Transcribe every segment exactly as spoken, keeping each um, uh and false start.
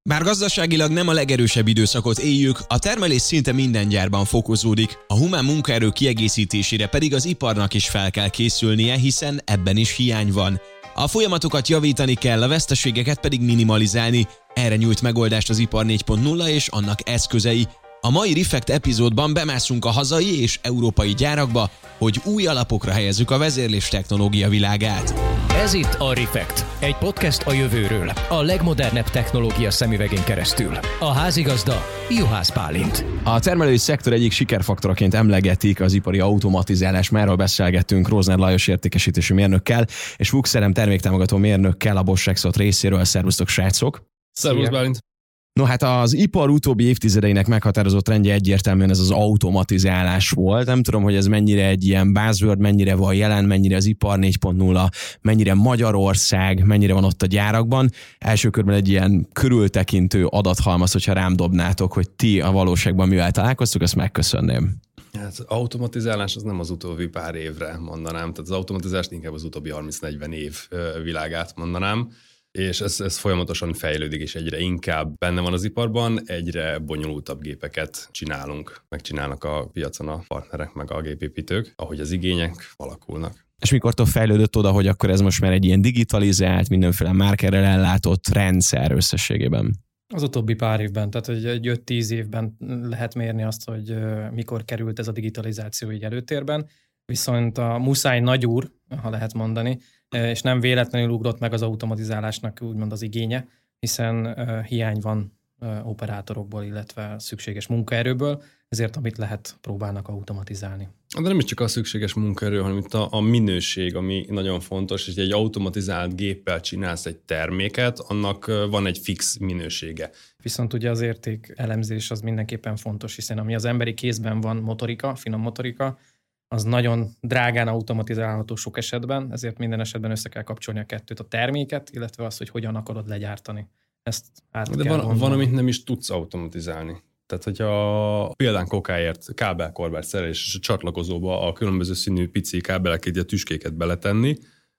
Bár gazdaságilag nem a legerősebb időszakot éljük, a termelés szinte minden gyárban fokozódik, a humán munkaerő kiegészítésére pedig az iparnak is fel kell készülnie, hiszen ebben is hiány van. A folyamatokat javítani kell, a veszteségeket pedig minimalizálni. Erre nyújt megoldást az Ipar négy pont nulla és annak eszközei. A mai Refekt epizódban bemászunk a hazai és európai gyárakba, hogy új alapokra helyezzük a vezérlés technológia világát. Ez itt a Refekt, egy podcast a jövőről, a legmodernebb technológia szemüvegén keresztül. A házigazda Juhász Bálint. A termelői szektor egyik sikerfaktoraként emlegetik az ipari automatizálás. Erről beszélgettünk Rózner Lajos értékesítési mérnökkel és Fuchs-Szerem terméktámogató mérnökkel a Bosch Rexroth részéről. Szervusztok, srácok! Szervusz, Bálint! No hát az ipar utóbbi évtizedeinek meghatározott trendje egyértelműen ez az automatizálás volt. Nem tudom, hogy ez mennyire egy ilyen buzzword, mennyire van jelen, mennyire az Ipar négy pont nulla, mennyire Magyarország, mennyire van ott a gyárakban. Első körben egy ilyen körültekintő adathalmaz, hogyha rám dobnátok, hogy ti a valóságban mivel találkoztuk, ezt megköszönném. Hát az automatizálás az nem az utóbbi pár évre mondanám, tehát az automatizálást inkább az utóbbi harminc-negyven év világát mondanám. És ez, ez folyamatosan fejlődik, és egyre inkább benne van az iparban, egyre bonyolultabb gépeket csinálunk, megcsinálnak a piacon a partnerek, meg a gépépítők, ahogy az igények alakulnak. És mikortól fejlődött oda, hogy akkor ez most már egy ilyen digitalizált, mindenféle márkerrel ellátott rendszer összességében? Az utóbbi pár évben, tehát egy öt-tíz évben lehet mérni azt, hogy mikor került ez a digitalizáció így előtérben, viszont a muszáj nagyúr, ha lehet mondani, és nem véletlenül ugrott meg az automatizálásnak úgymond az igénye, hiszen uh, hiány van uh, operátorokból, illetve szükséges munkaerőből, ezért amit lehet, próbálnak automatizálni. De nem is csak a szükséges munkaerő, hanem itt a, a minőség, ami nagyon fontos, és egy automatizált géppel csinálsz egy terméket, annak van egy fix minősége. Viszont ugye az érték elemzés az mindenképpen fontos, hiszen ami az emberi kézben van motorika, finom motorika, az nagyon drágán automatizálható sok esetben, ezért minden esetben össze kell kapcsolni a kettőt, a terméket, illetve azt, hogy hogyan akarod legyártani. Ezt át De kell van, van, amit nem is tudsz automatizálni. Tehát, hogyha például kokáért kábelkorbács szerelés és a csatlakozóba a különböző színű pici kábeleket, a tüskéket beletenni,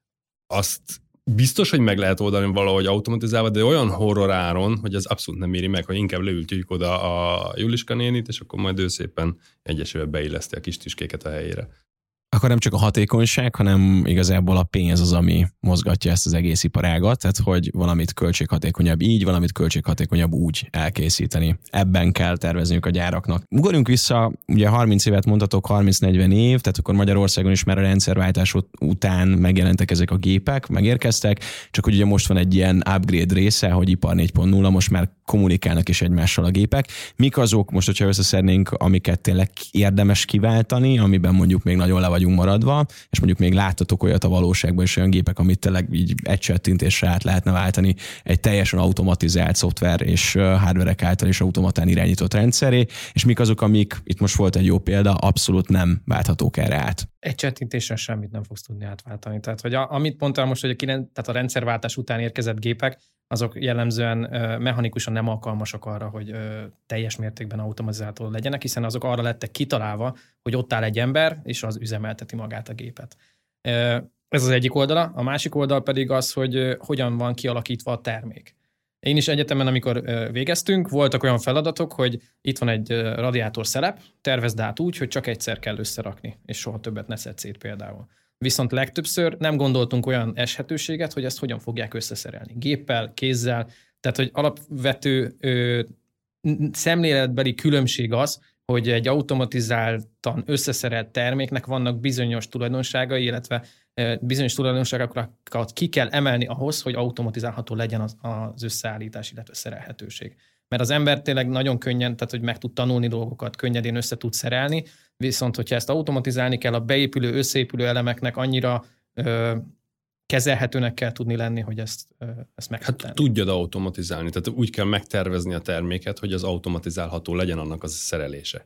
azt biztos, hogy meg lehet oldani valahogy automatizálva, de olyan horror áron, hogy ez abszolút nem éri meg, hogy inkább leültjük oda a Juliska nénit, és akkor majd ő szépen egyesével beilleszti a kis tüskéket a helyére. Akkor nem csak a hatékonyság, hanem igazából a pénz az, ami mozgatja ezt az egész iparágat, tehát hogy valamit költséghatékonyabb így, valamit költséghatékonyabb úgy elkészíteni. Ebben kell tervezniük a gyáraknak. Ugorjunk vissza, ugye harminc évet mondhatok, harminc-negyven év, tehát akkor Magyarországon is már a rendszerváltás után megjelentek ezek a gépek, megérkeztek, csak hogy ugye most van egy ilyen upgrade része, hogy Ipar négy pont nulla, most már kommunikálnak is egymással a gépek. Mik azok, most hogyha összeszednénk, amiket tényleg érdemes kiváltani, amiben mondjuk még nagyon le vagyunk maradva, és mondjuk még láttatok olyat a valóságban is olyan gépek, amit tényleg így egy csettintésre át lehetne váltani egy teljesen automatizált szoftver és hardverek által is automatán irányított rendszeré, és mik azok, amik, itt most volt egy jó példa, abszolút nem válthatók erre át. Egy csettintésen semmit nem fogsz tudni átváltani. Tehát, hogy a, amit mondtam most, hogy a, tehát a rendszerváltás után érkezett gépek, azok jellemzően uh, mechanikusan nem alkalmasak arra, hogy uh, teljes mértékben automatizálható legyenek, hiszen azok arra lettek kitalálva, hogy ott áll egy ember, és az üzemelteti magát a gépet. Uh, ez az egyik oldala. A másik oldal pedig az, hogy uh, hogyan van kialakítva a termék. Én is egyetemen, amikor uh, végeztünk, voltak olyan feladatok, hogy itt van egy uh, radiátor szelep, tervezd át úgy, hogy csak egyszer kell összerakni, és soha többet ne szedd szét például. Viszont legtöbbször nem gondoltunk olyan eshetőséget, hogy ezt hogyan fogják összeszerelni. Géppel, kézzel, tehát hogy alapvető ö, szemléletbeli különbség az, hogy egy automatizáltan összeszerelt terméknek vannak bizonyos tulajdonságai, illetve ö, bizonyos tulajdonságokat ki kell emelni ahhoz, hogy automatizálható legyen az, az összeállítás, illetve szerelhetőség. Mert az ember tényleg nagyon könnyen, tehát hogy meg tud tanulni dolgokat, könnyedén össze tud szerelni, viszont hogyha ezt automatizálni kell, a beépülő, összeépülő elemeknek annyira ö, kezelhetőnek kell tudni lenni, hogy ezt, ö, ezt meg Hát tudjad automatizálni, tehát úgy kell megtervezni a terméket, hogy az automatizálható legyen annak az szerelése.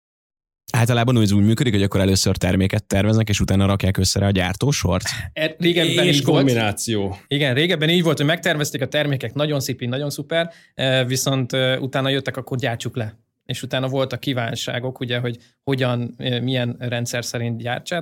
Általában úgy úgy működik, hogy akkor először terméket terveznek, és utána rakják össze a gyártósort? Régebben és így kombináció. Volt. Igen, régebben így volt, hogy megtervezték a termékek, nagyon szép, nagyon szuper, viszont utána jöttek, akkor gyártsuk le. És utána voltak kívánságok, ugye, hogy hogyan, milyen rendszer szerint gyártsátok,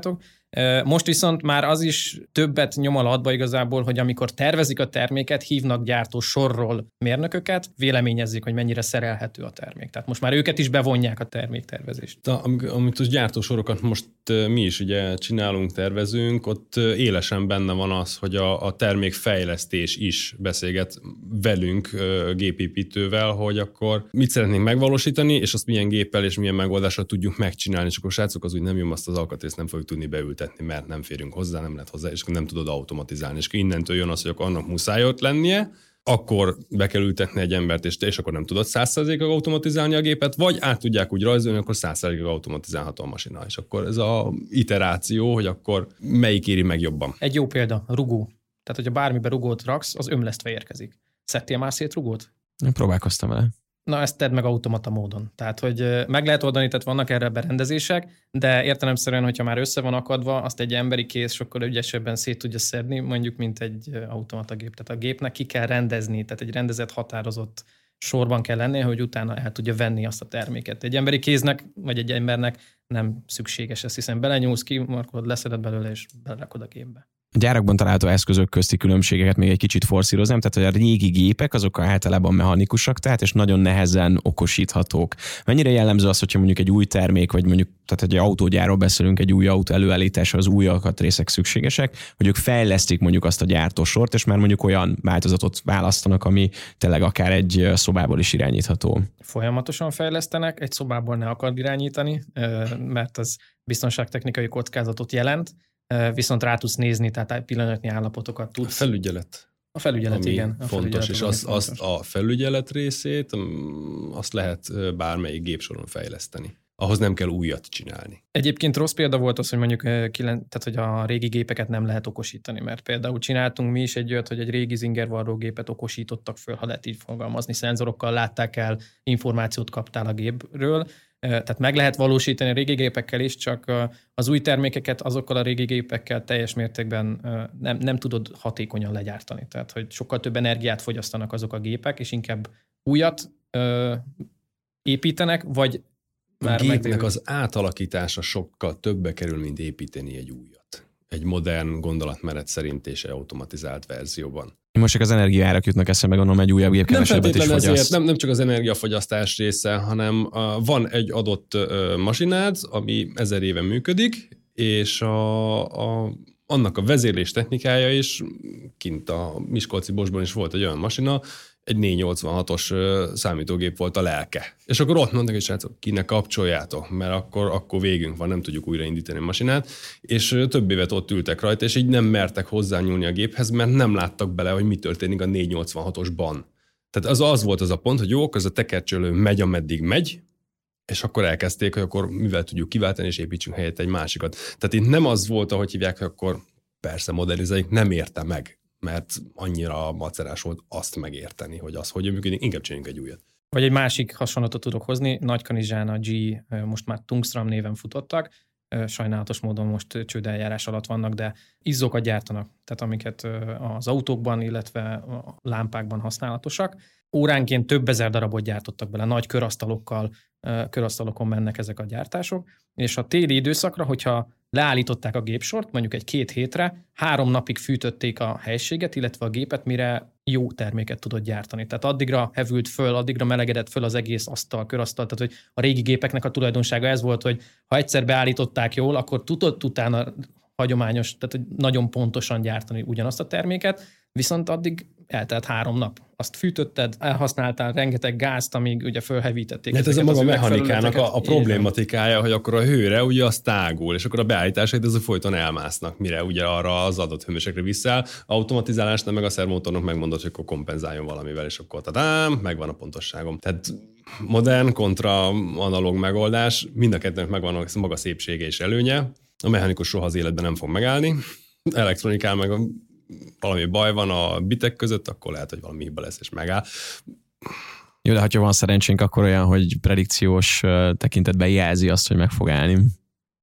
Most viszont már az is többet nyom alatba igazából, hogy amikor tervezik a terméket, hívnak gyártó sorról mérnököket, véleményezik, hogy mennyire szerelhető a termék. Tehát most már őket is bevonják a terméktervezést. Amit az gyártósorokat most mi is ugye csinálunk, tervezünk, ott élesen benne van az, hogy a, a termékfejlesztés is beszélget velünk gépépítővel, hogy akkor mit szeretnénk megvalósítani, és azt milyen géppel és milyen megoldással tudjuk megcsinálni, és akkor srácok, az úgy nem jön, azt az alkatrészt nem fogjuk tudni beültetni, mert nem férünk hozzá, nem lehet hozzá, és nem tudod automatizálni. És innentől jön az, hogy akkor annak muszáj ott lennie, akkor be kell ültetni egy embert, és te, és akkor nem tudod száz százalékig automatizálni a gépet, vagy át tudják úgy rajzolni, akkor száz százalékig automatizálható a masina. És akkor ez a iteráció, hogy akkor melyik éri meg jobban. Egy jó példa, rugó. Tehát, hogyha bármibe rugót raksz, az ömlesztve érkezik. Szedtél már szét rugót? Én próbálkoztam vele. Na, ezt tedd meg automata módon. Tehát, hogy meg lehet oldani, tehát vannak erre berendezések, de értelemszerűen, hogyha már össze van akadva, azt egy emberi kéz sokkal ügyesebben szét tudja szedni, mondjuk, mint egy automata gép. Tehát a gépnek ki kell rendezni, tehát egy rendezett, határozott sorban kell lennie, hogy utána el tudja venni azt a terméket. Egy emberi kéznek, vagy egy embernek nem szükséges ez, hiszen belenyúlsz ki, markolod, leszeded belőle, és belerakod a gépbe. A gyárakban található eszközök közti különbségeket még egy kicsit forszíroznám, tehát hogy a régi gépek azok általában mechanikusak, tehát és nagyon nehezen okosíthatók. Mennyire jellemző az, hogyha mondjuk egy új termék, vagy mondjuk, tehát egy autógyárról beszélünk, egy új autó előállítása, az új alkatrészek szükségesek, hogy ők fejlesztik mondjuk azt a gyártósort, és már mondjuk olyan változatot választanak, ami tényleg akár egy szobából is irányítható. Folyamatosan fejlesztenek, egy szobából ne akar irányítani, mert az biztonságtechnikai kockázatot jelent, viszont rá tudsz nézni, tehát pillanatnyi állapotokat tudsz. A felügyelet. A felügyelet, ami igen. A fontos, felügyelet és az, az a felügyelet részét, azt lehet bármelyik gépsoron fejleszteni. Ahhoz nem kell újat csinálni. Egyébként rossz példa volt az, hogy mondjuk tehát, hogy a régi gépeket nem lehet okosítani, mert például csináltunk mi is egy olyat, hogy egy régi zingervarró gépet okosítottak föl, ha lehet így fogalmazni, szenzorokkal látták el, információt kaptál a gépről, tehát meg lehet valósítani a régi gépekkel is, csak az új termékeket azokkal a régi gépekkel teljes mértékben nem, nem tudod hatékonyan legyártani. Tehát, hogy sokkal több energiát fogyasztanak azok a gépek, és inkább újat ö, építenek, vagy a gépnek meglévő... az átalakítása sokkal többe kerül, mint építeni egy újat. Egy modern gondolatmenet szerint és egy automatizált verzióban. Most csak az energiaárak jutnak eszembe, gondolom, egy újabb gép kevesebbet is fogyaszt. Ezért, nem, nem csak az energiafogyasztás része, hanem a, van egy adott uh, masinád, ami ezer éve működik, és a, a, annak a vezérlés technikája is, kint a Miskolci Boschban is volt egy olyan masina, egy négyszáznyolcvanhatos számítógép volt a lelke. És akkor ott mondták, hogy srácok, ki ne kapcsoljátok, mert akkor, akkor végünk van, nem tudjuk újraindítani a masinát, és több évet ott ültek rajta, és így nem mertek hozzányúlni a géphez, mert nem láttak bele, hogy mi történik a négyszáznyolcvanhatosban. Tehát az az volt az a pont, hogy jó, az a tekercsölő megy, ameddig megy, és akkor elkezdték, hogy akkor mivel tudjuk kiváltani, és építsünk helyett egy másikat. Tehát itt nem az volt, ahogy hívják, hogy akkor persze modernizáljuk, nem érte meg, mert annyira macerás volt azt megérteni, hogy az hogyan működik, inkább csináljunk egy újat. Vagy egy másik hasonlatot tudok hozni, Nagykanizsán a G most már Tungstram néven futottak, sajnálatos módon most csődeljárás alatt vannak, de izzókat gyártanak, tehát amiket az autókban, illetve a lámpákban használatosak. Óránként több ezer darabot gyártottak bele, nagy körasztalokkal, körasztalokon mennek ezek a gyártások, és a téli időszakra, hogyha leállították a gépsort, mondjuk egy két hétre, három napig fűtötték a helységet, illetve a gépet, mire jó terméket tudott gyártani. Tehát addigra hevült föl, addigra melegedett föl az egész asztal, körasztal, tehát hogy a régi gépeknek a tulajdonsága ez volt, hogy ha egyszer beállították jól, akkor tudott utána hagyományos, tehát hogy nagyon pontosan gyártani ugyanazt a terméket, viszont addig eltelt három nap. Azt fűtötted, elhasználtál rengeteg gázt, amíg ugye fölhevítették. Hát ez a maga mechanikának a, a problématikája, hogy akkor a hőre ugye az tágul, és akkor a beállításait azok folyton elmásznak, mire ugye arra az adott hőmérsékletre visszáll. Automatizálásnál meg a szervmotornak megmondod, hogy akkor kompenzáljon valamivel, és akkor tadám, megvan a pontosságom. Tehát modern kontra analóg megoldás, mind a kettőnek megvan a maga szépsége és előnye. A mechanikus soha az életben nem fog megállni. Elektronikán meg valami baj van a bitek között, akkor lehet, hogy valami hiba lesz és megáll. Jó, de ha van szerencsénk, akkor olyan, hogy predikciós tekintetben jelzi azt, hogy meg fog állni.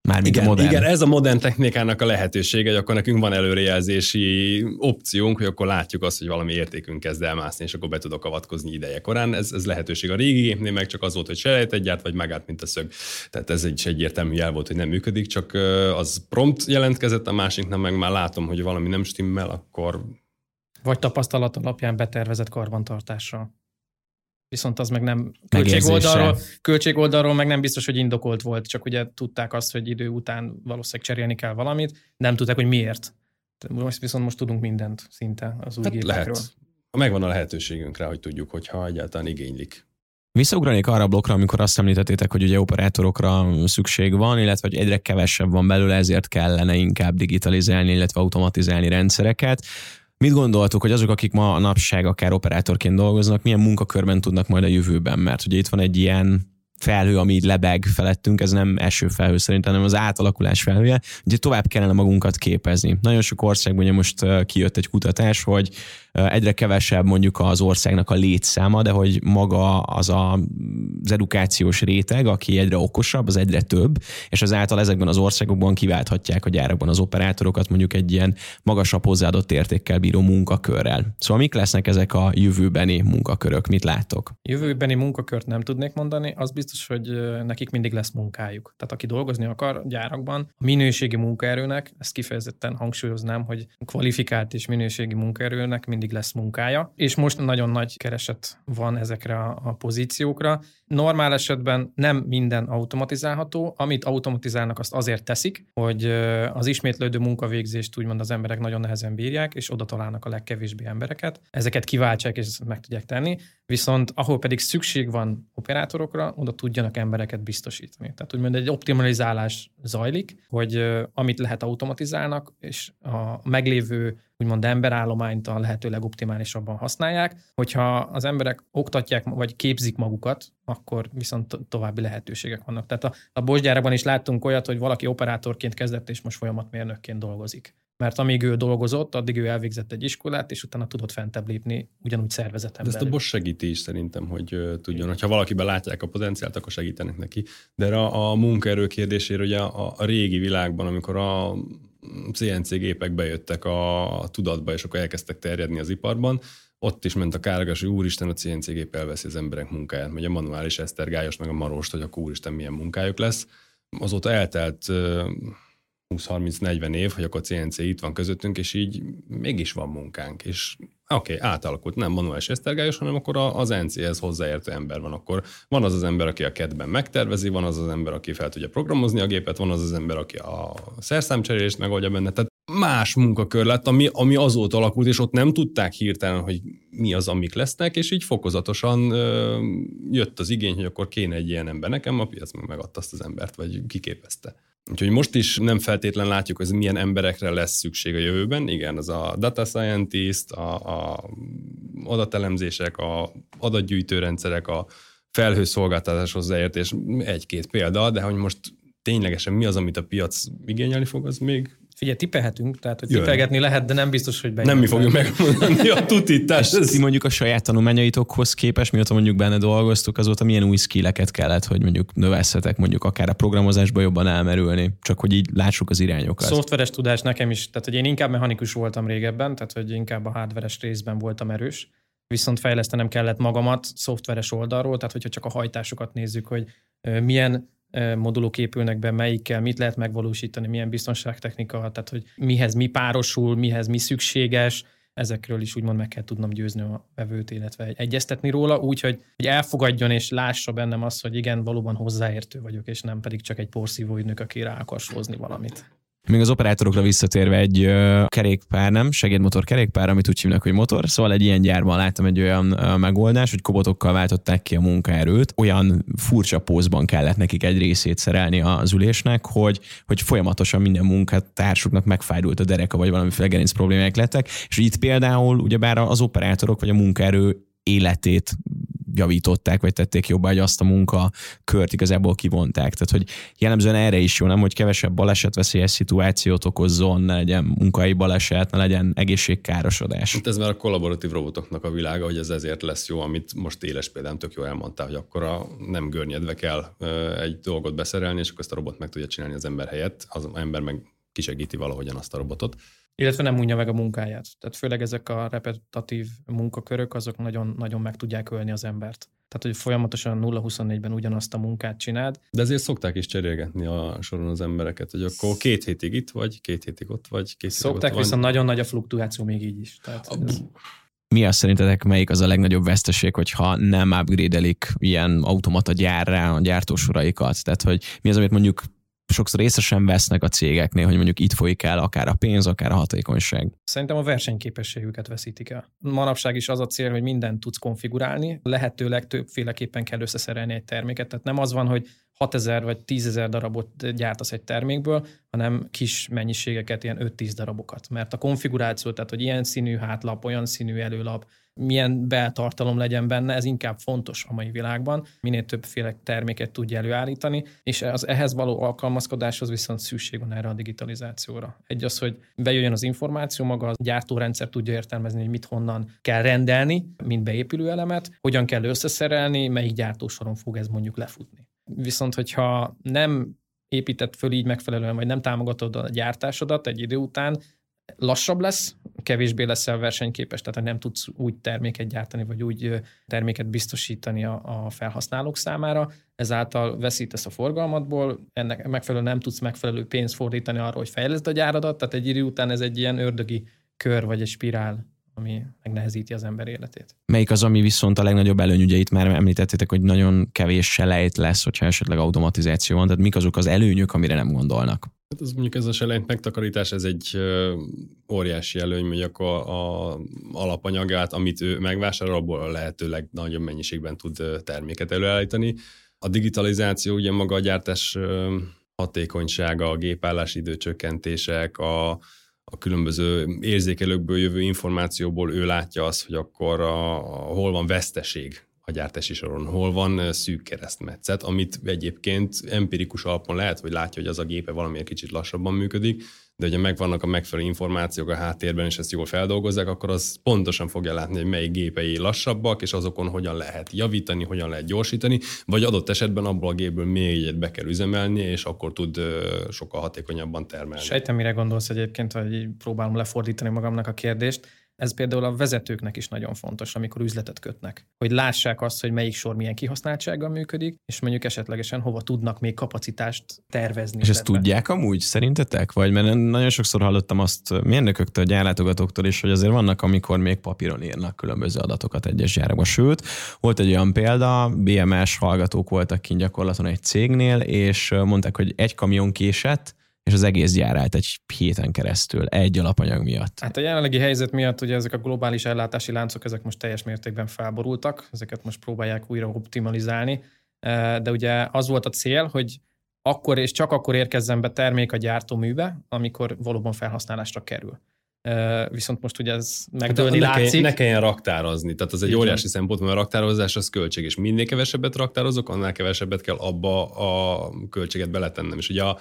Mármint igen, a modern. igen, ez a modern technikának a lehetősége, hogy akkor nekünk van előrejelzési opciónk, hogy akkor látjuk azt, hogy valami értékünk kezd elmászni, és akkor be tudok avatkozni ideje korán. Ez, ez lehetőség a régi gépnél meg csak az volt, hogy selejtet gyárt, vagy megállt, mint a szög. Tehát ez egy egyértelmű jel volt, hogy nem működik, csak az prompt jelentkezett, a másiknak meg már látom, hogy valami nem stimmel, akkor... Vagy tapasztalat alapján betervezett karbantartással. Viszont az meg nem költségoldalról, költségoldalról meg nem biztos, hogy indokolt volt, csak ugye tudták azt, hogy idő után valószínűleg cserélni kell valamit, nem tudták, hogy miért. Most viszont most tudunk mindent szinte az új hát gépekről. Lehet. Megvan a lehetőségünk rá, hogy tudjuk, hogyha egyáltalán igénylik. Visszaugranék arra a blokkra, amikor azt említettétek, hogy ugye operátorokra szükség van, illetve hogy egyre kevesebb van belőle, ezért kellene inkább digitalizálni, illetve automatizálni rendszereket. Mit gondoltuk, hogy azok, akik ma a napság akár operátorként dolgoznak, milyen munkakörben tudnak majd a jövőben? Mert ugye itt van egy ilyen felhő, ami így lebeg felettünk, ez nem eső felhő szerintem, hanem az átalakulás felhője. Ugye tovább kellene magunkat képezni. Nagyon sok országban ugye most kijött egy kutatás, hogy egyre kevesebb mondjuk az országnak a létszáma, de hogy maga az a, az edukációs réteg, aki egyre okosabb, az egyre több, és azáltal ezekben az országokban kiválthatják a gyárakban az operátorokat mondjuk egy ilyen magasabb hozzáadott értékkel bíró munkakörrel. Szóval mik lesznek ezek a jövőbeni munkakörök? Mit láttok? Jövőbeni munkakört nem tudnék mondani, az biztos, hogy nekik mindig lesz munkájuk. Tehát aki dolgozni akar gyárakban, a minőségi munkaerőnek, ezt kifejezetten hangsúlyoznám, hogy kvalifikált és minőségi munkaerőnek mindig lesz munkája, és most nagyon nagy kereset van ezekre a, a pozíciókra. Normál esetben nem minden automatizálható, amit automatizálnak, azt azért teszik, hogy az ismétlődő munkavégzést úgymond az emberek nagyon nehezen bírják, és oda találnak a legkevésbé embereket. Ezeket kiváltsák, és meg tudják tenni, viszont ahol pedig szükség van operátorokra, oda tudjanak embereket biztosítani. Tehát úgymond egy optimalizálás zajlik, hogy amit lehet automatizálnak, és a meglévő úgymond emberállományt a lehető legoptimálisabban használják. Hogyha az emberek oktatják, vagy képzik magukat, akkor viszont további lehetőségek vannak. Tehát a, a Bosch gyárakban is láttunk olyat, hogy valaki operátorként kezdett, és most folyamatmérnökként dolgozik. Mert amíg ő dolgozott, addig ő elvégzett egy iskolát, és utána tudott fentebb lépni, ugyanúgy szervezeten belül. De ezt a Bosch segíti is szerintem, hogy uh, tudjon. Hogyha valakiben látják a potenciált, akkor segítenek neki. De a, a munkaerő kérdésére ugye a, a régi világban, amikor a cé en cé gépek bejöttek a, a tudatba, és akkor elkezdtek terjedni az iparban, ott is ment a kárgás, hogy úristen, a cé en cé gép elveszi az emberek munkáját, vagy a manuális esztergályos, meg a marost, hogy akkor úristen milyen munkájuk lesz. Azóta eltelt uh, húsz-harminc-negyven év, hogy akkor a cé en cé itt van közöttünk, és így mégis van munkánk, és oké, okay, átalakult, nem manuális esztergályos, hanem akkor az en cé-hez hozzáértő ember van. Akkor van az az ember, aki a kedben megtervezi, van az az ember, aki fel tudja programozni a gépet, van az az ember, aki a szerszámcserélést megoldja benne. Tehát más munkakör lett, ami, ami azóta alakult, és ott nem tudták hirtelen, hogy mi az, amik lesznek, és így fokozatosan ö, jött az igény, hogy akkor kéne egy ilyen ember nekem, a piac meg megadta azt az embert, vagy kiképezte. Úgyhogy most is nem feltétlen látjuk, hogy milyen emberekre lesz szükség a jövőben. Igen, az a data scientist, a, a adatelemzések, a adatgyűjtő rendszerek, a felhőszolgáltatás hozzáértés, egy-két példa, de hogy most ténylegesen mi az, amit a piac igényelni fog, az még... Figyelj, tippelhetünk, tehát hogy tippelgetni lehet, de nem biztos, hogy bejön. Nem mi fogjuk megmondani a tutittást. Ez... mondjuk a saját tanulmányaitokhoz képest, mióta mondjuk benne dolgoztuk, azóta milyen új skilleket kellett, hogy mondjuk növelszhetek, mondjuk akár a programozásba jobban elmerülni, csak hogy így lássuk az irányokat. Szoftveres tudás nekem is, tehát hogy én inkább mechanikus voltam régebben, tehát hogy inkább a hardveres részben voltam erős, viszont fejlesztenem kellett magamat szoftveres oldalról, tehát hogyha csak a hajtásokat nézzük, hogy milyen modulok épülnek be, melyikkel, mit lehet megvalósítani, milyen biztonságtechnika, tehát hogy mihez mi párosul, mihez mi szükséges, ezekről is úgymond meg kell tudnom győzni a vevőt, illetve egyeztetni róla, úgyhogy hogy elfogadjon és lássa bennem azt, hogy igen, valóban hozzáértő vagyok, és nem pedig csak egy porszívó ügynök, aki rá akar sózni valamit. Még az operátorokra visszatérve egy uh, kerékpár, nem? Segédmotor kerékpár, amit úgy hívnak, hogy motor. Szóval egy ilyen gyárban láttam egy olyan uh, megoldás, hogy kobotokkal váltották ki a munkaerőt. Olyan furcsa pózban kellett nekik egy részét szerelni az ülésnek, hogy, hogy folyamatosan minden munkatársuknak megfájdult a dereka, vagy valamiféle gerinc problémák lettek. És itt például ugyebár az operátorok vagy a munkaerő életét javították, vagy tették jobbá, hogy azt a munkakört igazából kivonták. Tehát, hogy jellemzően erre is jó, nem, hogy kevesebb balesetveszélyes szituációt okozzon, ne legyen munkai baleset, ne legyen egészségkárosodás. Hát ez már a kollaboratív robotoknak a világa, hogy ez ezért lesz jó, amit most éles példán tök jól elmondtál, hogy akkor a nem görnyedve kell egy dolgot beszerelni, és akkor ezt a robot meg tudja csinálni az ember helyett, az ember meg kisegíti valahogyan azt a robotot. Illetve nem unja meg a munkáját. Tehát főleg ezek a repetitív munkakörök, azok nagyon, nagyon meg tudják ölni az embert. Tehát, hogy folyamatosan nulla huszonnégyben ugyanazt a munkát csináld. De ezért szokták is cserélgetni a soron az embereket, hogy akkor két hétig itt vagy, két hétig ott vagy, két Szokták, hétig ott viszont nagyon nagy a fluktuáció még így is. Tehát ez... Mi azt szerintetek, melyik az a legnagyobb veszteség, hogyha nem upgrade-elik ilyen automata gyárrá a gyártósoraikat? Tehát, hogy mi az, amit mondjuk sokszor észre sem vesznek a cégeknél, hogy mondjuk itt folyik el akár a pénz, akár a hatékonyság. Szerintem a versenyképességüket veszítik el. Manapság is az a cél, hogy mindent tudsz konfigurálni, lehetőleg többféleképpen kell összeszerelni egy terméket. Tehát nem az van, hogy hatezer vagy tízezer darabot gyártasz egy termékből, hanem kis mennyiségeket, ilyen öt-tíz darabokat. Mert a konfiguráció, tehát hogy ilyen színű hátlap, olyan színű előlap, milyen beltartalom legyen benne, ez inkább fontos a mai világban. Minél többféle terméket tudja előállítani, és az ehhez való alkalmazkodáshoz viszont szükség van erre a digitalizációra. Egy az, hogy bejöjjön az információ, maga a gyártórendszer tudja értelmezni, hogy mit honnan kell rendelni, mint beépülő elemet, hogyan kell összeszerelni, melyik gyártósoron fog ez mondjuk lefutni. Viszont, hogyha nem épített föl így megfelelően, vagy nem támogatod a gyártásodat egy idő után, lassabb lesz, kevésbé leszel versenyképes, tehát nem tudsz úgy terméket gyártani, vagy úgy terméket biztosítani a, a felhasználók számára, ezáltal veszítesz a forgalmadból, ennek megfelelően nem tudsz megfelelő pénzt fordítani arra, hogy fejleszd a gyáradat, tehát egy idő után ez egy ilyen ördögi kör, vagy egy spirál, ami megnehezíti az ember életét. Melyik az, ami viszont a legnagyobb előny, ugye itt már említettétek, hogy nagyon kevés selejt lesz, hogyha esetleg automatizáció van, tehát mik azok az előnyök, amire nem gondolnak? Hát ez mondjuk ez a selejt megtakarítás, ez egy ö, óriási előny, hogy akkor a, a alapanyagát, amit ő megvásárol, abból lehetőleg nagyobb mennyiségben tud terméket előállítani. A digitalizáció, ugye maga a gyártás ö, hatékonysága, a gépállási időcsökkentések, a, a különböző érzékelőkből jövő információból ő látja azt, hogy akkor a, a, hol van veszteség a gyártási soron, hol van szűk keresztmetszet, amit egyébként empirikus alapon lehet, hogy látja, hogy az a gépe valamilyen kicsit lassabban működik, de hogyha megvannak a megfelelő információk a háttérben, és ezt jól feldolgozzák, akkor az pontosan fogja látni, hogy melyik gépei lassabbak, és azokon hogyan lehet javítani, hogyan lehet gyorsítani, vagy adott esetben abból a gépből még egyet be kell üzemelni, és akkor tud sokkal hatékonyabban termelni. Sejtem, mire gondolsz egyébként, hogy próbálom lefordítani magamnak a kérdést. Ez például a vezetőknek is nagyon fontos, amikor üzletet kötnek. Hogy lássák azt, hogy melyik sor milyen kihasználtsággal működik, és mondjuk esetlegesen hova tudnak még kapacitást tervezni. És ezt tudják amúgy szerintetek? Vagy mert nagyon sokszor hallottam azt mérnököktől, gyárlátogatóktól is, hogy azért vannak, amikor még papíron írnak különböző adatokat egyes gyárakban. Sőt, volt egy olyan példa, bé em es hallgatók voltak kint gyakorlaton egy cégnél, és mondták, hogy egy kamion késett, és az egész gyár állt egy héten keresztül, egy alapanyag miatt. Hát a jelenlegi helyzet miatt ugye ezek a globális ellátási láncok, ezek most teljes mértékben felborultak, ezeket most próbálják újra optimalizálni, de ugye az volt a cél, hogy akkor és csak akkor érkezzen be termék a gyártóműbe, amikor valóban felhasználásra kerül. Viszont most ugye ez megdőlni hát, látszik. Ne kelljen raktározni, tehát az egy óriási szempont, mert a raktározás az költség, és minél kevesebbet raktározok, annál kevesebbet kell abba a költséget beletennem. És ugye a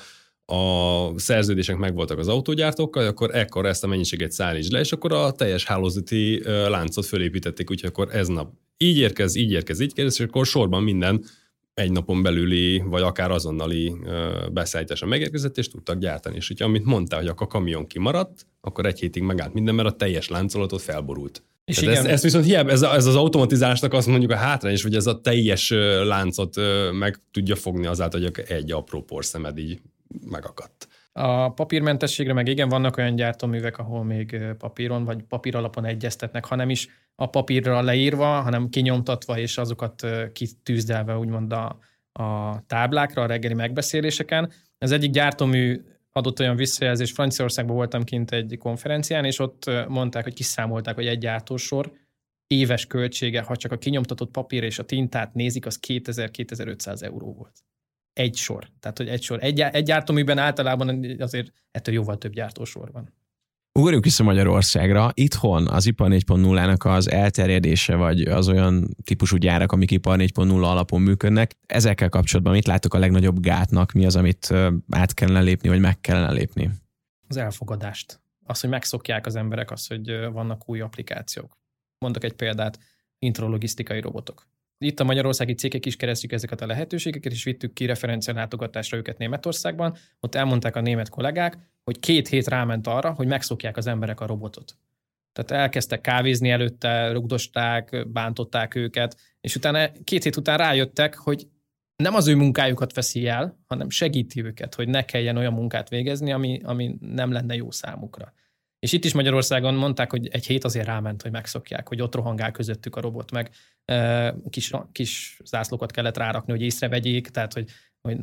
a szerződések megvoltak az autógyártókkal, akkor ekkor ezt a mennyiséget szállítsd le, és akkor a teljes hálózati láncot fölépítették, úgyhogy akkor ez nap így érkez, így érkez, így érkez, és akkor sorban minden egy napon belüli, vagy akár azonnali beszállítása megérkezett, és tudtak gyártani. És ugye, amit mondtál, hogy akkor a kamion kimaradt, akkor egy hétig megállt minden, mert a teljes láncolatot felborult. És igen. Ezt, ezt viszont hiába, ez, a, ez az automatizálásnak azt mondjuk a hátrány is, hogy ez a teljes láncot meg tudja fogni azáltal, hogy egy apró porszemed így megakadt. A papírmentességre meg igen, vannak olyan gyártóművek, ahol még papíron vagy papír alapon egyeztetnek, hanem is a papírra leírva, hanem kinyomtatva és azokat kitűzdelve úgymond a, a táblákra, a reggeli megbeszéléseken. Az egyik gyártómű adott olyan visszajelzés, Franciaországban voltam kint egy konferencián, és ott mondták, hogy kiszámolták, hogy egy gyártósor éves költsége, ha csak a kinyomtatott papír és a tintát nézik, az kétezer-kétezer-ötszáz euró volt. Egy sor. Tehát, hogy egy sor. Egy, egy gyártóműben általában azért ettől jóval több gyártósor van. Ugorjunk vissza Magyarországra. Itthon az ipar négy pont nullának az elterjedése, vagy az olyan típusú gyárak, amik ipar négy pont nulla alapon működnek, ezekkel kapcsolatban mit látok a legnagyobb gátnak? Mi az, amit át kellene lépni, vagy meg kellene lépni? Az elfogadást. Az, hogy megszokják az emberek azt, hogy vannak új applikációk. Mondok egy példát, intralogisztikai robotok. Itt a magyarországi cégek is keresztjük ezeket a lehetőségeket, és vittük ki referencia látogatásra őket Németországban. Ott elmondták a német kollégák, hogy két hét ráment arra, hogy megszokják az emberek a robotot. Tehát elkezdtek kávézni előtte, rugdosták, bántották őket, és utána két hét után rájöttek, hogy nem az ő munkájukat veszi el, hanem segíti őket, hogy ne kelljen olyan munkát végezni, ami, ami nem lenne jó számukra. És itt is Magyarországon mondták, hogy egy hét azért ráment, hogy megszokják, hogy ott rohangál közöttük a robot, meg kis, kis zászlókat kellett rárakni, hogy észrevegyék, tehát hogy, hogy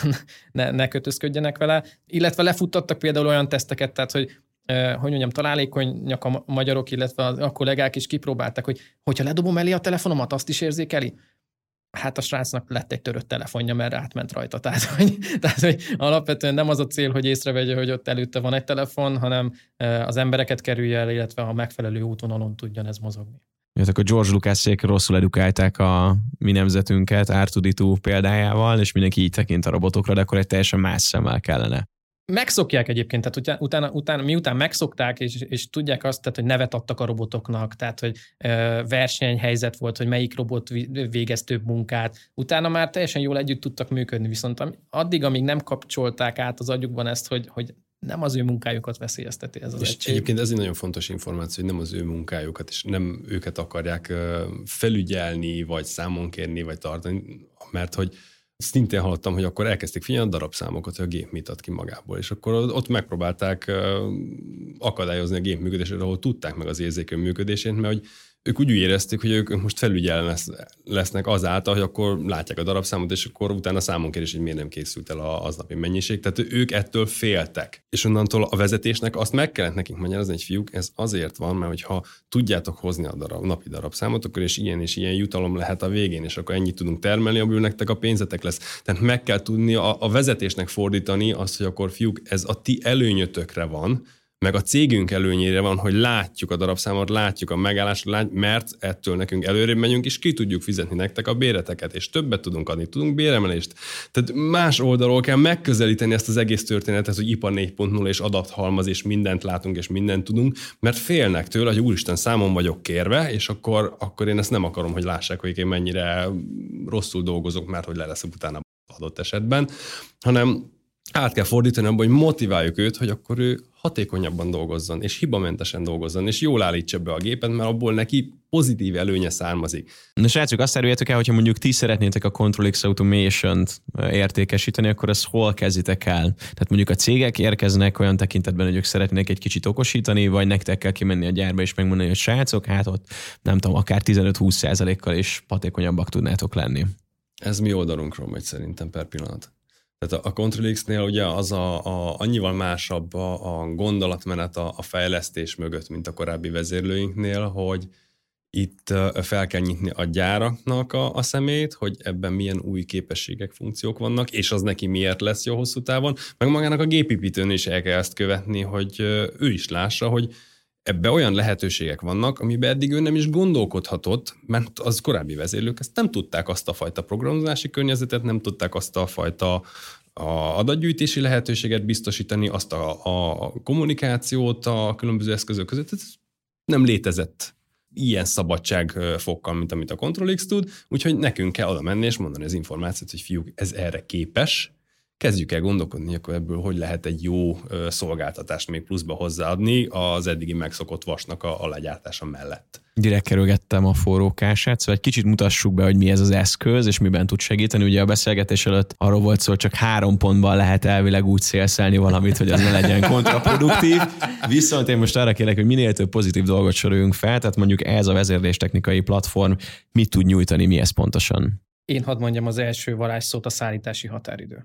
ne, ne kötözködjenek vele. Illetve lefuttattak például olyan teszteket, tehát hogy hogy mondjam, találékonyak a magyarok, illetve a kollégák is kipróbálták, hogy hogyha ledobom elé a telefonomat, azt is érzékeli. Hát a srácnak lett egy törött telefonja, mert átment rajta. Tehát hogy, tehát, hogy alapvetően nem az a cél, hogy észrevegye, hogy ott előtte van egy telefon, hanem az embereket kerülje el, illetve a megfelelő útvonalon tudjon ez mozogni. Jöttek a George Lucas-szék rosszul edukálták a mi nemzetünket er kettő dé kettő példájával, és mindenki így tekint a robotokra, de akkor egy teljesen más szemmel kellene. Megszokják egyébként, tehát utána, utána, miután megszokták, és, és tudják azt, tehát, hogy nevet adtak a robotoknak, tehát, hogy ö, versenyhelyzet volt, hogy melyik robot végez több munkát, utána már teljesen jól együtt tudtak működni, viszont addig, amíg nem kapcsolták át az agyukban ezt, hogy, hogy nem az ő munkájukat veszélyezteti ez az és egység. Egyébként ez egy nagyon fontos információ, hogy nem az ő munkájukat, és nem őket akarják felügyelni, vagy számon kérni, vagy tartani, mert hogy szintén hallottam, hogy akkor elkezdték figyelni a darabszámokat, hogy a gép mit ad ki magából, és akkor ott megpróbálták akadályozni a gép működését, ahol tudták meg az érzékeny működését, mert hogy ők úgy érezték, hogy ők most felügyelni lesznek azáltal, hogy akkor látják a darabszámot, és akkor utána számon kérés, hogy miért nem készült el az napi mennyiség. Tehát ők ettől féltek. És onnantól a vezetésnek azt meg kellett nekik magyarázni, hogy fiúk, ez azért van, mert hogyha tudjátok hozni a darab, napi darabszámot, akkor és ilyen és ilyen jutalom lehet a végén, és akkor ennyit tudunk termelni, amiből nektek a pénzetek lesz. Tehát meg kell tudni a, a vezetésnek fordítani azt, hogy akkor fiúk, ez a ti előnyötökre van, meg a cégünk előnyére van, hogy látjuk a darabszámot, látjuk a megállást, lát, mert ettől nekünk előrébb megyünk, és ki tudjuk fizetni nektek a béreteket, és többet tudunk adni, tudunk béremelést. Tehát más oldalról kell megközelíteni ezt az egész történetet, hogy ipar négy pont nulla és adathalmaz, és mindent látunk, és mindent tudunk, mert félnek tőle, hogy úristen, számon vagyok kérve, és akkor, akkor én ezt nem akarom, hogy lássák, hogy én mennyire rosszul dolgozok, mert hogy le leszek utána adott esetben, hanem át kell fordítani abban, hogy motiváljuk őt, hogy akkor ő hatékonyabban dolgozzon, és hibamentesen dolgozzon, és jól állítsa be a gépet, mert abból neki pozitív előnye származik. Na srácok, azt terüljetek el, hogyha mondjuk ti szeretnétek a Control X Automation-t értékesíteni, akkor ezt hol kezditek el? Tehát mondjuk a cégek érkeznek olyan tekintetben, hogy ők szeretnének egy kicsit okosítani, vagy nektek kell kimenni a gyárba és megmondani, hogy srácok, hát ott nem tudom, akár tizenöt-húsz százalékkal is hatékonyabbak tudnátok lenni. Ez mi oldalunkról megy szerintem per pillanat. Tehát a Control X-nél ugye az a, a, annyival másabb a, a gondolatmenet a, a fejlesztés mögött, mint a korábbi vezérlőinknél, hogy itt fel kell nyitni a gyáraknak a, a szemét, hogy ebben milyen új képességek, funkciók vannak, és az neki miért lesz jó hosszú távon, meg magának a gépépítőn is el kell ezt követni, hogy ő is lássa, hogy ebbe olyan lehetőségek vannak, amiben eddig ő nem is gondolkodhatott, mert az korábbi vezérlők ezt nem tudták, azt a fajta programozási környezetet, nem tudták azt a fajta a adatgyűjtési lehetőséget biztosítani, azt a, a kommunikációt a különböző eszközök között. Ez nem létezett ilyen szabadságfokkal, mint amit a Control X tud, úgyhogy nekünk kell oda menni és mondani az információt, hogy fiúk, ez erre képes, kezdjük el gondolkodni, akkor ebből hogy lehet egy jó szolgáltatást még pluszba hozzáadni az eddigi megszokott vasnak a, a legyártása mellett. Direkt kerülgettem a forrókását, szóval egy kicsit mutassuk be, hogy mi ez az eszköz, és miben tud segíteni. Ugye a beszélgetés előtt arról volt szó, hogy csak három pontban lehet elvileg úgy szélszelni valamit, hogy az ne legyen kontraproduktív. Viszont én most arra kérlek, hogy minél több pozitív dolgot soroljunk fel, tehát mondjuk ez a vezérléstechnikai platform mit tud nyújtani, mi ez pontosan? Én hadd mondjam az első varázsszót, a szállítási határidő.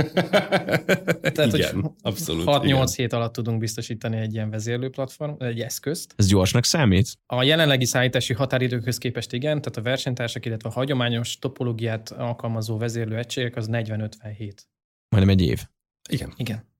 Tehát, igen, abszolút. hat-nyolc hét alatt tudunk biztosítani egy ilyen vezérlőplatform, egy eszközt. Ez gyorsnak számít? A jelenlegi szállítási határidőkhöz képest igen, tehát a versenytársak, illetve a hagyományos topológiát alkalmazó vezérlő egységek az negyven-ötven hét. Majdnem egy év. Igen. Igen.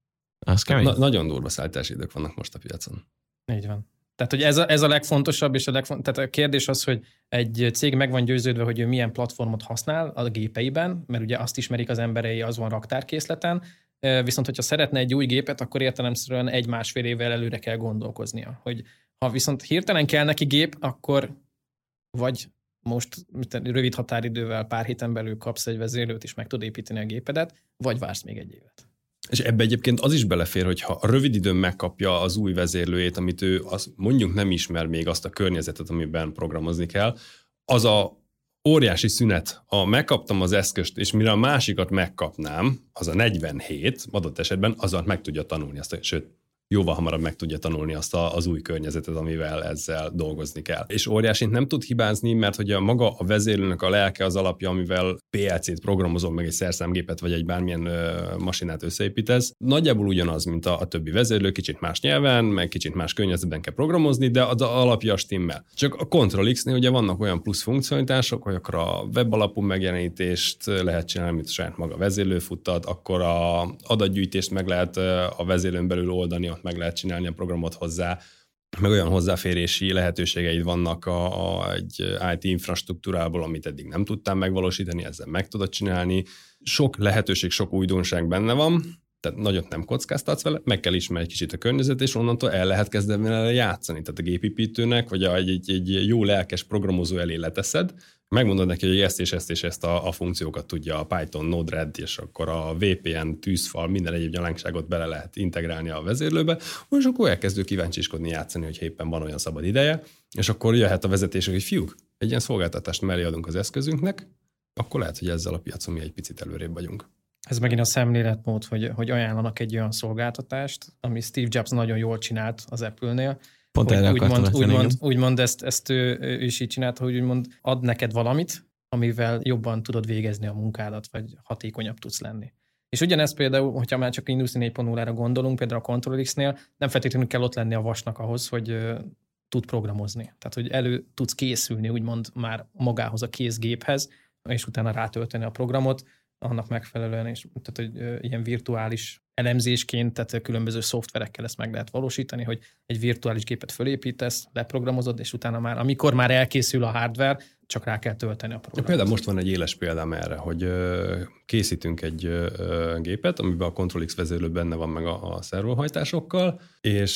Az kemény. Na, nagyon durva szállítási idők vannak most a piacon. Így van. Tehát, hogy ez a, ez a legfontosabb, és a, legfont, tehát a kérdés az, hogy egy cég meg van győződve, hogy ő milyen platformot használ a gépeiben, mert ugye azt ismerik az emberei, az van raktárkészleten, viszont hogyha szeretne egy új gépet, akkor értelemszerűen egy-másfél évvel előre kell gondolkoznia. Hogy ha viszont hirtelen kell neki gép, akkor vagy most rövid határidővel pár héten belül kapsz egy vezérlőt, és meg tud építeni a gépedet, vagy vársz még egy évet. És ebbe egyébként az is belefér, hogy ha rövid időn megkapja az új vezérlőjét, amit ő az mondjuk nem ismer még azt a környezetet, amiben programozni kell, az a óriási szünet, ha megkaptam az eszközt, és mire a másikat megkapnám, az a negyvenhét, adott esetben, azzal meg tudja tanulni azt, sőt, jóval hamarabb meg tudja tanulni azt a, az új környezetet, amivel ezzel dolgozni kell. És óriásint nem tud hibázni, mert hogy a maga a vezérlőnek a lelke az alapja, amivel pé el cét programozol, meg egy szerszámgépet, vagy egy bármilyen ö, masinát összeépítesz. Nagyjából ugyanaz, mint a, a többi vezérlő, kicsit más nyelven, meg kicsit más környezetben kell programozni, de az alapja stimmel. Csak a Control X-nél ugye vannak olyan plusz funkcionalitások, hogy akkor a web alapú megjelenítést lehet csinálni, amit saját maga vezérlő futtat, akkor a adatgyűjtést meg lehet a vezérlőn belül oldani, meg lehet csinálni a programot hozzá, meg olyan hozzáférési lehetőségeid vannak a, a, egy i té infrastruktúrából, amit eddig nem tudtál megvalósítani, ezzel meg tudod csinálni. Sok lehetőség, sok újdonság benne van, tehát nagyot nem kockáztatsz vele, meg kell ismerni egy kicsit a környezet, és onnantól el lehet kezdeni vele játszani. Tehát a gépépítőnek, vagy egy, egy, egy jó lelkes programozó elé leteszed, megmondod neki, hogy ezt és ezt és ezt a, a funkciókat tudja a Python, Node-RED, és akkor a vé pé en, tűzfal, minden egyéb gyalánkságot bele lehet integrálni a vezérlőbe, és akkor elkezdő kíváncsiskodni, játszani, hogy éppen van olyan szabad ideje, és akkor jöhet a vezetés, hogy fiúk, egy ilyen szolgáltatást mellé adunk az eszközünknek, akkor lehet, hogy ezzel a piacon mi egy picit előrébb vagyunk. Ez megint a szemléletmód, hogy, hogy ajánlanak egy olyan szolgáltatást, ami Steve Jobs nagyon jól csinált az Apple-nél. Pont erre úgymond, úgymond, úgymond ezt, ezt ő, ő is így csinálta, hogy úgymond ad neked valamit, amivel jobban tudod végezni a munkádat, vagy hatékonyabb tudsz lenni. És ugyanez például, hogyha már csak Industry négy pont nullára gondolunk, például a Control X-nél nem feltétlenül kell ott lenni a vasnak ahhoz, hogy uh, tud programozni. Tehát, hogy elő tudsz készülni, úgymond már magához a kézgéphez, és utána rátölteni a programot, annak megfelelően, és tehát, hogy uh, ilyen virtuális elemzésként, tehát különböző szoftverekkel ezt meg lehet valósítani, hogy egy virtuális gépet fölépítesz, leprogramozod, és utána már, amikor már elkészül a hardware, csak rá kell tölteni a programot. Például most van egy éles példám erre, hogy készítünk egy gépet, amiben a Control X vezérlő benne van meg a, a szervohajtásokkal, és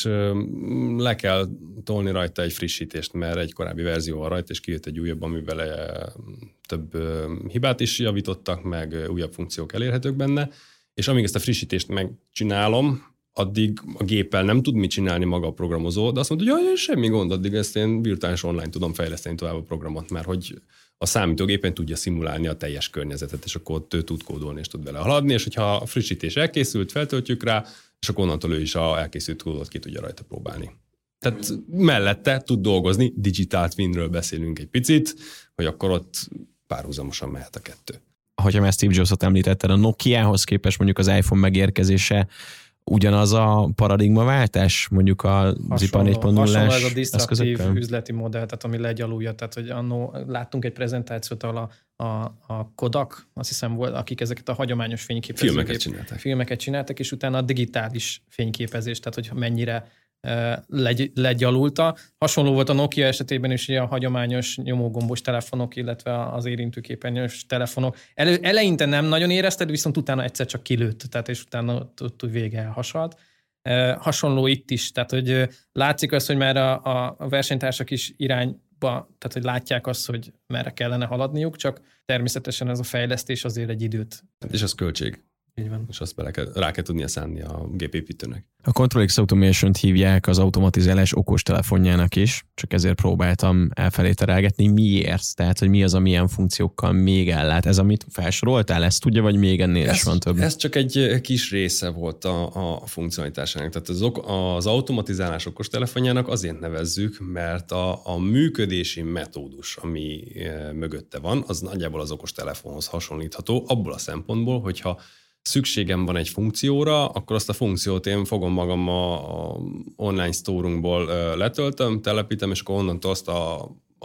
le kell tolni rajta egy frissítést, mert egy korábbi verzió van rajta, és kijött egy újabb, amivel több hibát is javítottak, meg újabb funkciók elérhetők benne, és amíg ezt a frissítést megcsinálom, addig a géppel nem tud mit csinálni maga a programozó, de azt mondta, hogy jaj, semmi gond, addig ezt én virtuális online tudom fejleszteni tovább a programot, mert hogy a számítógépen tudja szimulálni a teljes környezetet, és akkor ott ő tud kódolni, és tud vele haladni, és hogyha a frissítés elkészült, feltöltjük rá, és akkor onnantól ő is a elkészült kódot ki tudja rajta próbálni. Tehát mellette tud dolgozni, digital twinről beszélünk egy picit, hogy akkor ott párhuzamosan mehet a kettő. Hogyha már Steve Jobsot említetted, a Nokiahoz képest mondjuk az iPhone megérkezése ugyanaz a paradigmaváltás, mondjuk az ipar négy pont nullás hasonló ez a disztraptív üzleti modell, tehát ami legyalulja, tehát hogy annó láttunk egy prezentációt, ahol a, a, a Kodak, azt hiszem volt, akik ezeket a hagyományos fényképezőgép filmeket csináltak. filmeket csináltak, és utána a digitális fényképezés, tehát hogy mennyire legy, legyalulta. Hasonló volt a Nokia esetében is a hagyományos nyomógombos telefonok, illetve az érintőképernyős telefonok. Elő, eleinte nem nagyon érezted, viszont utána egyszer csak kilőtt, tehát és utána ott, ott vége elhasalt. Hasonló itt is, tehát hogy látszik az, hogy már a, a versenytársak is irányba, tehát hogy látják azt, hogy merre kellene haladniuk, csak természetesen ez a fejlesztés azért egy időt. És az költség. Így van. És azt bele kell, rá kell tudnia szánni a gépépítőnek. A Control X Automation-t hívják az automatizálás okostelefonjának is, csak ezért próbáltam elfelé terelgetni. Miért? Tehát, hogy mi az, amilyen funkciókkal még ellát? Ez, amit felsoroltál, ezt tudja, vagy még ennél ez, is van több? Ez csak egy kis része volt a, a funkcionalitásának. Tehát az, az automatizálás okostelefonjának azért nevezzük, mert a, a működési metódus, ami mögötte van, az nagyjából az okostelefonhoz hasonlítható, abból a szempontból, hogyha szükségem van egy funkcióra, akkor azt a funkciót én fogom magam a online store-unkból letöltöm, telepítem, és akkor onnantól azt a,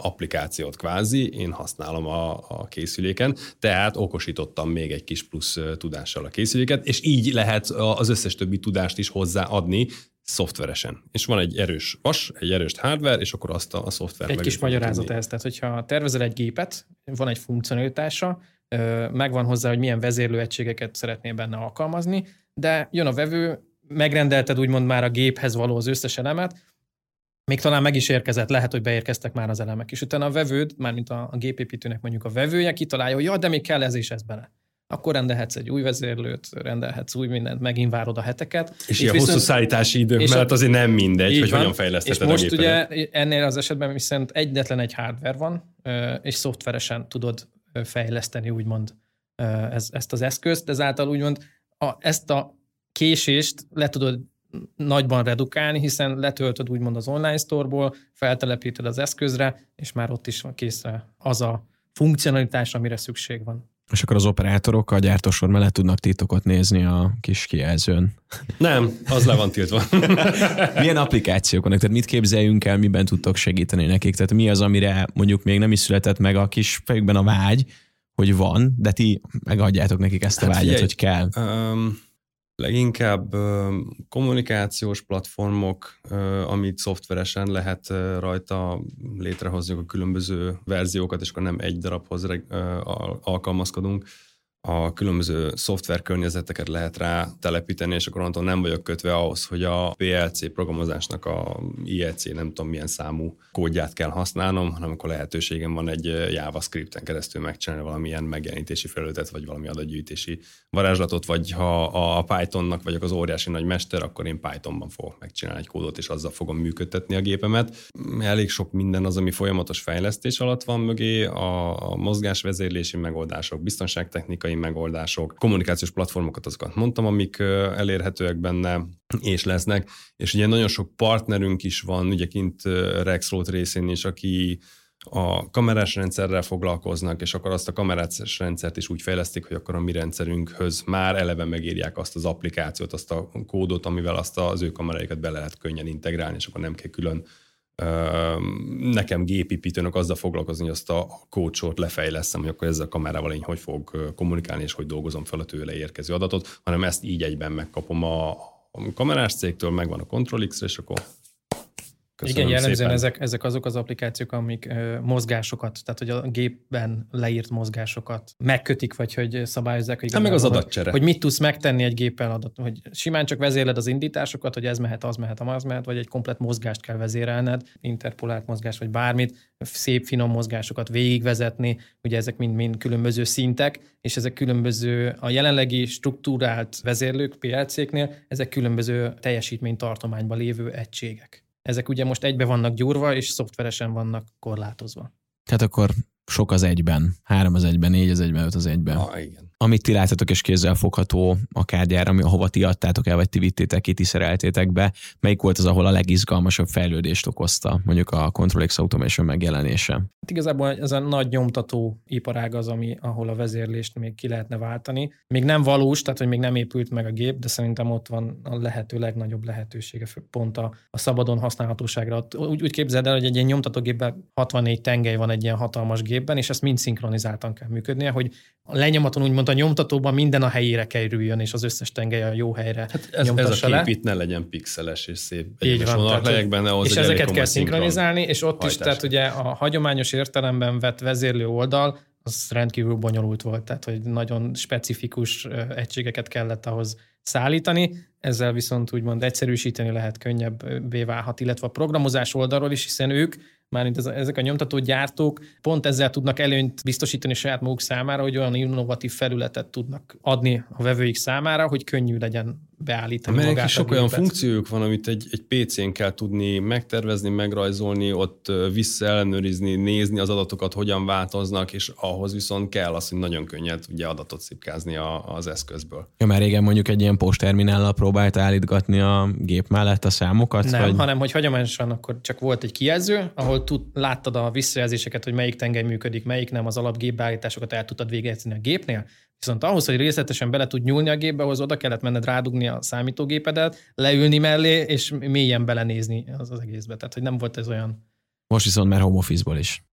applikációt kvázi, én használom a, a készüléken, tehát okosítottam még egy kis plusz tudással a készüléket, és így lehet az összes többi tudást is hozzáadni szoftveresen. És van egy erős vas, egy erős hardware, és akkor azt a, a szoftver Egy meg kis magyarázat ez, tehát hogyha tervezel egy gépet, van egy funkcionalitása, megvan hozzá, hogy milyen vezérlőegységeket szeretnél benne alkalmazni, de jön a vevő, megrendelted úgymond már a géphez való az összes elemet, még talán meg is érkezett, lehet, hogy beérkeztek már az elemek, és utána a vevőd, mármint a, a gépépítőnek mondjuk a vevője kitalálja, hogy ja, de még kell ez és ez bele. Akkor rendelhetsz egy új vezérlőt, rendelhetsz új mindent, megint várod a heteket. És ilyen hosszú szállítási idők mellett azért nem mindegy, hogy van, hogyan fejleszteted a gépedet. És most ugye ennél az esetben viszont egyetlen egy hardware van, és szoftveresen tudod fejleszteni úgymond ezt az eszközt, ezáltal úgymond a, ezt a késést le tudod nagyban redukálni, hiszen letöltöd úgymond az online store-ból, feltelepíted az eszközre, és már ott is van készre az a funkcionalitás, amire szükség van. És akkor az operátorok a gyártósor mellett tudnak titokot nézni a kis kijelzőn. Nem, az le van tiltva. Milyen applikációk vannak? Tehát mit képzeljünk el, miben tudtok segíteni nekik? Tehát mi az, amire mondjuk még nem is született meg a kis fejükben a vágy, hogy van, de ti megadjátok nekik ezt a vágyat, hát, hogy kell? Um, leginkább um, kommunikációs platformok, um, amit szoftveresen lehet uh, rajta létrehozni a különböző verziókat, és akkor nem egy darabhoz uh, alkalmazkodunk. A különböző szoftverkörnyezeteket lehet rá telepíteni, és akkor onnantól nem vagyok kötve ahhoz, hogy a pé el cé programozásnak a i e cé nem tudom milyen számú kódját kell használnom, hanem akkor lehetőségem van egy JavaScripten keresztül megcsinálni valamilyen megjelenítési felületet, vagy valami adatgyűjtési varázslatot, vagy ha a Pythonnak vagyok az óriási nagy mester, akkor én Pythonban fogok megcsinálni egy kódot, és azzal fogom működtetni a gépemet. Elég sok minden az, ami folyamatos fejlesztés alatt van mögé, a, a mozgásvezérlési megoldások, biztonságtechnikai megoldások, kommunikációs platformokat, azokat mondtam, amik elérhetőek benne, és lesznek. És ugye nagyon sok partnerünk is van, ugye kint Rexroad részén is, aki a kamerás rendszerrel foglalkoznak, és akkor azt a kamerás rendszert is úgy fejlesztik, hogy akkor a mi rendszerünkhöz már eleve megírják azt az applikációt, azt a kódot, amivel azt az ő kameráikat be lehet könnyen integrálni, és akkor nem kell külön nekem gépépítőnek azzal foglalkozni, hogy azt a kódsort lefejleszem, hogy akkor ezzel a kamerával én hogy fogok kommunikálni, és hogy dolgozom fel a tőle érkező adatot, hanem ezt így egyben megkapom a kamerás cégtől, megvan a Control-X, és akkor igen, jellemzően ezek, ezek azok az applikációk, amik ö, mozgásokat, tehát hogy a gépben leírt mozgásokat megkötik, vagy hogy szabályozzák, hogy, meg az adatcsere. Hogy, hogy mit tudsz megtenni egy géppel adat, hogy simán csak vezérled az indításokat, hogy ez mehet, az mehet, az mehet, vagy egy komplett mozgást kell vezérelned, interpolált mozgás, vagy bármit, szép, finom mozgásokat végigvezetni, ugye ezek mind-mind különböző szintek, és ezek különböző, a jelenlegi struktúrált vezérlők pé el céknél, ezek különböző teljesítménytartományban lévő egységek. Ezek ugye most egybe vannak gyúrva, és szoftveresen vannak korlátozva. Tehát akkor sok az egyben, három az egyben, négy az egyben, öt az egyben. Ah, igen. Amit ti láttatok és kézzel fogható akár gyár, ami ahova ti adtátok el, vagy ti vittétek ki, ti szereltétek be, melyik volt az, ahol a legizgalmasabb fejlődést okozta, mondjuk a Control-X Automation megjelenése? Hát igazából ez a nagy nyomtató iparág az, ami, ahol a vezérlést még ki lehetne váltani. Még nem valós, tehát hogy még nem épült meg a gép, de szerintem ott van a lehető legnagyobb lehetősége pont a, a szabadon használhatóságra. Úgy, úgy képzeld el, hogy egy ilyen nyomtatógépben hatvannégy tengely van egy ilyen hatalmas gépben, és ezt mind szinkronizáltan kell működnie, hogy a lenyomaton úgymond a nyomtatóban minden a helyére kerüljön, és az összes tengely a jó helyre hát ez, ez a kép itt ne legyen pixeles és szép egyenes vonalak legyek benne. Ahhoz és ezeket kell szinkronizálni, és ott hajtás. Is, tehát ugye a hagyományos értelemben vett vezérlő oldal, az rendkívül bonyolult volt, tehát hogy nagyon specifikus egységeket kellett ahhoz szállítani, ezzel viszont úgymond egyszerűsíteni lehet, könnyebbé válhat, illetve a programozás oldalról is, hiszen ők, mármint ezek a nyomtató gyártók pont ezzel tudnak előnyt biztosítani saját maguk számára, hogy olyan innovatív felületet tudnak adni a vevőik számára, hogy könnyű legyen beállítani mert magát. Sok olyan funkciójuk van, amit egy, egy pé cén kell tudni megtervezni, megrajzolni, ott visszaellenőrizni, nézni az adatokat, hogyan változnak, és ahhoz viszont kell az, hogy nagyon könnyed ugye adatot szipkázni a, az eszközből. Ja, már régen mondjuk egy ilyen postterminállal próbált állítgatni a gép mellett a számokat? Nem, vagy? hanem hogy hagyományosan akkor csak volt egy kijelző, ahol tud, láttad a visszajelzéseket, hogy melyik tengely működik, melyik nem, az alapgépbeállításokat el tudtad végezni a gépnél. Viszont ahhoz, hogy részletesen bele tud nyúlni a gépbe, ahhoz oda kellett menned rádugni a számítógépedet, leülni mellé, és mélyen belenézni az, az egészbe. Tehát, hogy nem volt ez olyan. Most viszont már home office-ból is.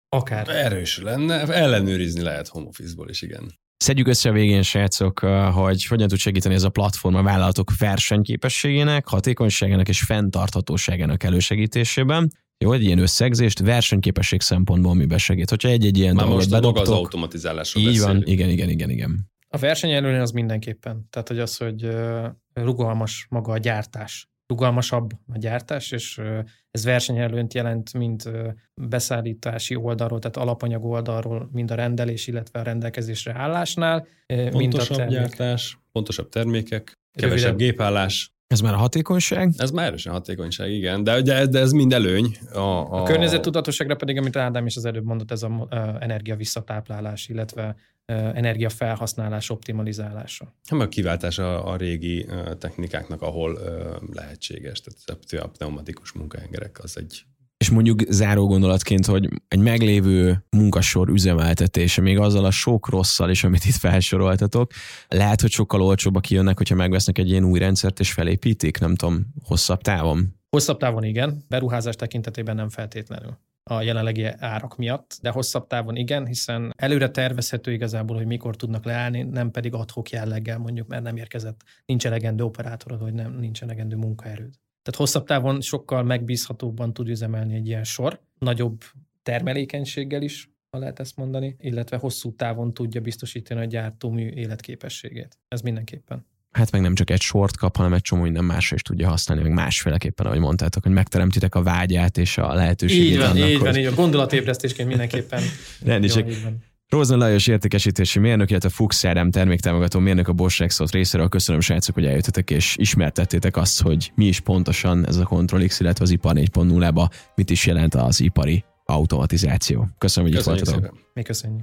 Akár. Erős lenne, ellenőrizni lehet home office-ból is, igen. Szedjük össze a végén, srácok, hogy hogyan tud segíteni ez a platform a vállalatok versenyképességének, hatékonyságának és fenntarthatóságának elősegítésében. Jó, egy ilyen összegzést versenyképesség szempontból miben segít? Hogyha egy-egy ilyen Már dolgot most bedobtok, maga az automatizálásról így beszélünk. van, igen, igen, igen, igen. A versenyelőny az mindenképpen. Tehát, hogy az, hogy rugalmas maga a gyártás. Rugalmasabb a gyártás, és ez versenyelőnyt jelent mind beszállítási oldalról, tehát alapanyag oldalról, mind a rendelés, illetve a rendelkezésre állásnál. Pontosabb mind a gyártás, pontosabb termékek, kevesebb Rövidebb. gépállás. Ez már a hatékonyság? Ez már erősen hatékonyság, igen, de, de, de ez mind előny. A, a... A környezettudatosságra pedig, amit Ádám is az előbb mondott, ez az energia visszatáplálás, illetve energia felhasználás optimalizálása. Nem a kiváltás a, a régi uh, technikáknak, ahol uh, lehetséges. Tehát a pneumatikus munkahengerek az egy... És mondjuk záró gondolatként, hogy egy meglévő munkasor üzemeltetése, még azzal a sok rosszal is, amit itt felsoroltatok, lehet, hogy sokkal olcsóbbak kijönnek, hogyha megvesznek egy ilyen új rendszert és felépítik, nem tudom, hosszabb távon? Hosszabb távon igen, beruházás tekintetében nem feltétlenül a jelenlegi árak miatt, de hosszabb távon igen, hiszen előre tervezhető igazából, hogy mikor tudnak leállni, nem pedig ad hoc jelleggel mondjuk, mert nem érkezett, nincs elegendő operátorod, vagy nem, nincs elegendő munkaerőd. Tehát hosszabb távon sokkal megbízhatóbban tud üzemelni egy ilyen sor, nagyobb termelékenységgel is, ha lehet ezt mondani, illetve hosszú távon tudja biztosítani a gyártómű életképességét. Ez mindenképpen. Hát meg nem csak egy sort kap, hanem egy csomó minden másra is tudja használni, meg másféleképpen, ahogy mondtátok, hogy megteremtitek a vágyát és a lehetőségét. Így van, annak, így van, hogy... így van. Gondolatébresztésként mindenképpen. Rendítsek. Rózsna Lajos értékesítési mérnök, illetve Fuchs er em terméktámogató mérnök a Bosch Rexroth részéről. Köszönöm, srácok, hogy eljöttetek és ismertettétek azt, hogy mi is pontosan ez a Control X, illetve az Ipar négy pont null-ba mit is jelent az ipari automatizáció. Köszönöm, hogy itt voltatok. Mi köszönjük.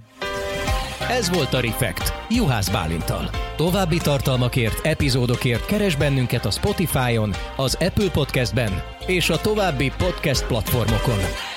Ez volt a Refekt, Juhász Bálinttal. További tartalmakért, epizódokért keresd bennünket a Spotify-on, az Apple Podcastben és a további podcast platformokon.